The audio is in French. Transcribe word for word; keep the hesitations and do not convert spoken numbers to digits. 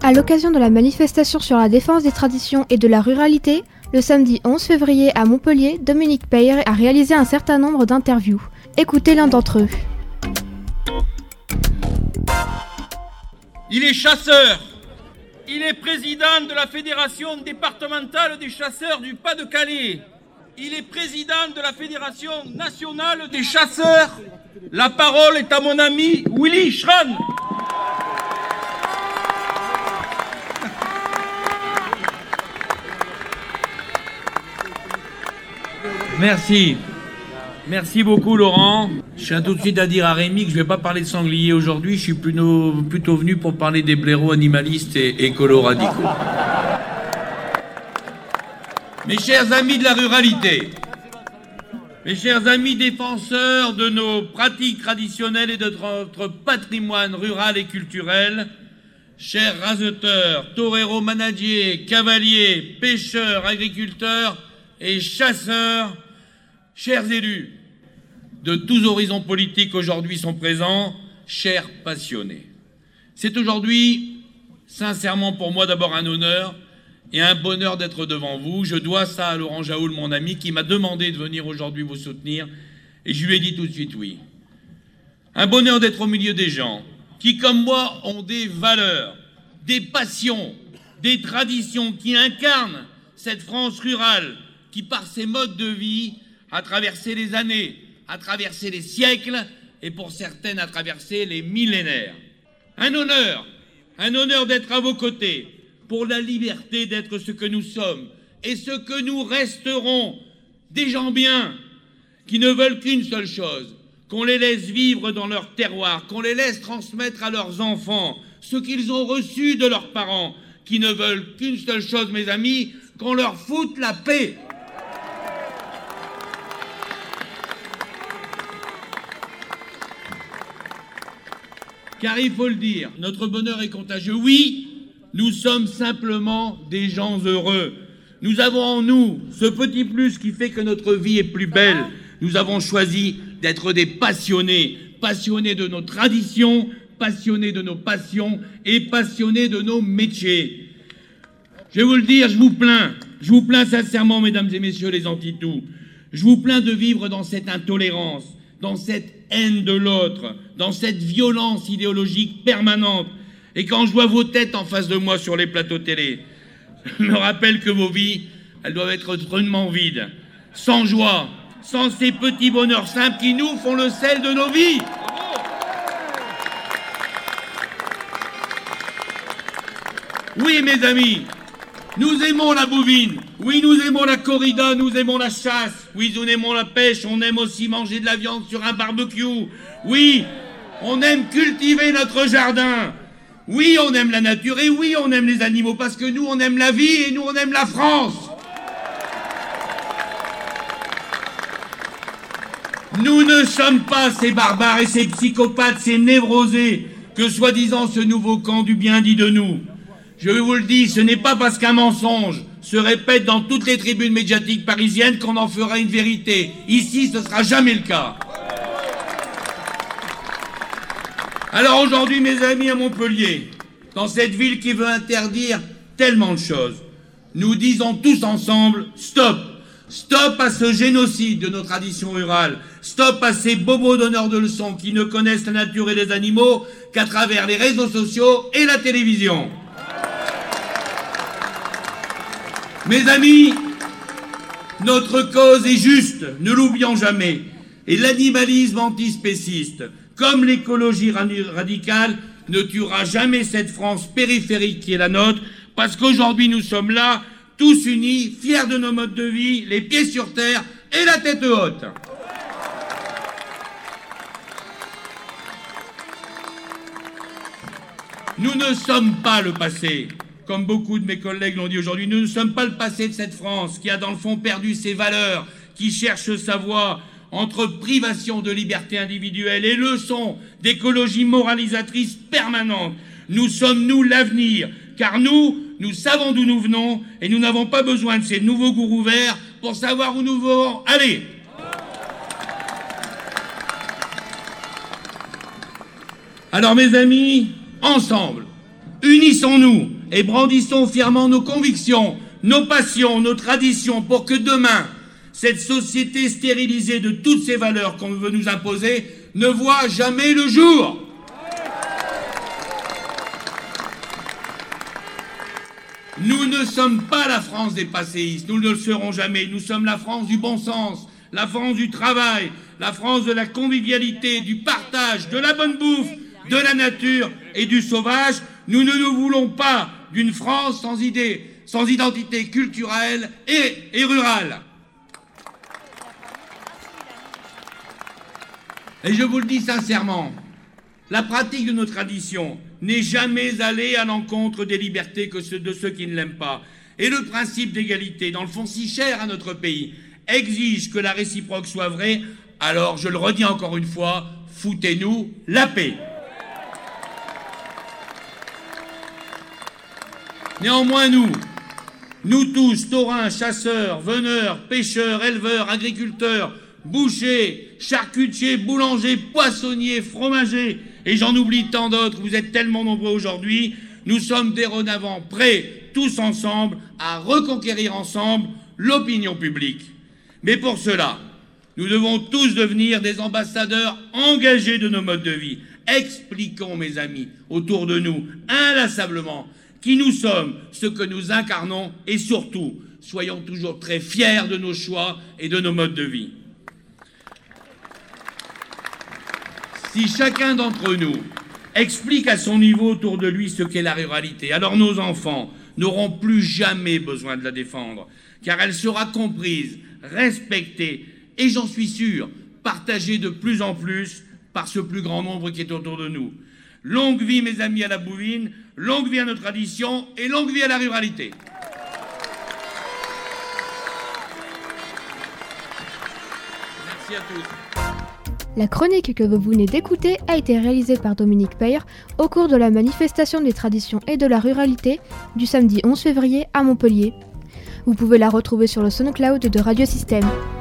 À l'occasion de la manifestation sur la défense des traditions et de la ruralité, le samedi onze février à Montpellier, Dominique Peyre a réalisé un certain nombre d'interviews. Écoutez l'un d'entre eux. Il est chasseur. Il est président de la Fédération départementale des chasseurs du Pas-de-Calais. Il est président de la Fédération nationale des chasseurs. La parole est à mon ami Willy Schran. Merci. Merci beaucoup Laurent. Je tiens tout de suite à dire à Rémi que je ne vais pas parler de sanglier aujourd'hui, je suis plutôt, plutôt venu pour parler des blaireaux animalistes et écolo-radicaux. Mes chers amis de la ruralité, mes chers amis défenseurs de nos pratiques traditionnelles et de notre patrimoine rural et culturel, chers raseteurs, toreros manadiers, cavaliers, pêcheurs, agriculteurs et chasseurs, chers élus, de tous horizons politiques aujourd'hui sont présents, chers passionnés. C'est aujourd'hui, sincèrement pour moi d'abord un honneur et un bonheur d'être devant vous. Je dois ça à Laurent Jaoul, mon ami, qui m'a demandé de venir aujourd'hui vous soutenir et je lui ai dit tout de suite oui. Un bonheur d'être au milieu des gens qui, comme moi, ont des valeurs, des passions, des traditions, qui incarnent cette France rurale qui, par ses modes de vie, a traversé les années, a traversé les siècles et pour certaines a traversé les millénaires. Un honneur, un honneur d'être à vos côtés pour la liberté d'être ce que nous sommes et ce que nous resterons, des gens bien qui ne veulent qu'une seule chose, qu'on les laisse vivre dans leur terroir, qu'on les laisse transmettre à leurs enfants ce qu'ils ont reçu de leurs parents, qui ne veulent qu'une seule chose, mes amis, qu'on leur foute la paix. Car il faut le dire, notre bonheur est contagieux. Oui, nous sommes simplement des gens heureux. Nous avons en nous ce petit plus qui fait que notre vie est plus belle. Nous avons choisi d'être des passionnés, passionnés de nos traditions, passionnés de nos passions et passionnés de nos métiers. Je vais vous le dire, je vous plains, je vous plains sincèrement, mesdames et messieurs les anti-tout. Je vous plains de vivre dans cette intolérance, dans cette haine de l'autre, dans cette violence idéologique permanente. Et quand je vois vos têtes en face de moi sur les plateaux télé, je me rappelle que vos vies, elles doivent être drôlement vides, sans joie, sans ces petits bonheurs simples qui nous font le sel de nos vies. Oui, mes amis, nous aimons la bouvine, oui, nous aimons la corrida, nous aimons la chasse, oui, nous aimons la pêche, on aime aussi manger de la viande sur un barbecue, oui, on aime cultiver notre jardin, oui, on aime la nature et oui, on aime les animaux parce que nous, on aime la vie et nous, on aime la France. Nous ne sommes pas ces barbares et ces psychopathes, ces névrosés que soi-disant ce nouveau camp du bien dit de nous. Je vous le dis, ce n'est pas parce qu'un mensonge se répète dans toutes les tribunes médiatiques parisiennes qu'on en fera une vérité. Ici, ce ne sera jamais le cas. Alors aujourd'hui, mes amis, à Montpellier, dans cette ville qui veut interdire tellement de choses, nous disons tous ensemble, stop. Stop à ce génocide de nos traditions rurales. Stop à ces bobos donneurs de leçons qui ne connaissent la nature et les animaux qu'à travers les réseaux sociaux et la télévision. Mes amis, notre cause est juste, ne l'oublions jamais. Et l'animalisme antispéciste, comme l'écologie radicale, ne tuera jamais cette France périphérique qui est la nôtre, parce qu'aujourd'hui nous sommes là, tous unis, fiers de nos modes de vie, les pieds sur terre et la tête haute. Nous ne sommes pas le passé. Comme beaucoup de mes collègues l'ont dit aujourd'hui, nous ne sommes pas le passé de cette France qui a dans le fond perdu ses valeurs, qui cherche sa voie entre privation de liberté individuelle et leçons d'écologie moralisatrice permanente. Nous sommes, nous, l'avenir, car nous, nous savons d'où nous venons et nous n'avons pas besoin de ces nouveaux gourous verts pour savoir où nous voulons aller. Alors mes amis, ensemble, unissons-nous et brandissons fièrement nos convictions, nos passions, nos traditions pour que demain, cette société stérilisée de toutes ces valeurs qu'on veut nous imposer ne voit jamais le jour. Nous ne sommes pas la France des passéistes, nous ne le serons jamais. Nous sommes la France du bon sens, la France du travail, la France de la convivialité, du partage, de la bonne bouffe, de la nature et du sauvage. Nous ne nous voulons pas d'une France sans idée, sans identité culturelle et, et rurale. Et je vous le dis sincèrement, la pratique de nos traditions n'est jamais allée à l'encontre des libertés que ceux de ceux qui ne l'aiment pas. Et le principe d'égalité, dans le fond si cher à notre pays, exige que la réciproque soit vraie. Alors, je le redis encore une fois, foutez-nous la paix. Néanmoins, nous, nous tous, taurins, chasseurs, veneurs, pêcheurs, éleveurs, agriculteurs, bouchers, charcutiers, boulangers, poissonniers, fromagers, et j'en oublie tant d'autres, vous êtes tellement nombreux aujourd'hui, nous sommes dorénavant prêts, tous ensemble, à reconquérir ensemble l'opinion publique. Mais pour cela, nous devons tous devenir des ambassadeurs engagés de nos modes de vie. Expliquons, mes amis, autour de nous, inlassablement, qui nous sommes, ce que nous incarnons, et surtout, soyons toujours très fiers de nos choix et de nos modes de vie. Si chacun d'entre nous explique à son niveau autour de lui ce qu'est la ruralité, alors nos enfants n'auront plus jamais besoin de la défendre, car elle sera comprise, respectée et, j'en suis sûr, partagée de plus en plus par ce plus grand nombre qui est autour de nous. Longue vie, mes amis, à la bouvine, longue vie à nos traditions et longue vie à la ruralité. Merci à tous. La chronique que vous venez d'écouter a été réalisée par Dominique Peyre au cours de la manifestation des traditions et de la ruralité du samedi onze février à Montpellier. Vous pouvez la retrouver sur le SoundCloud de Radio Système.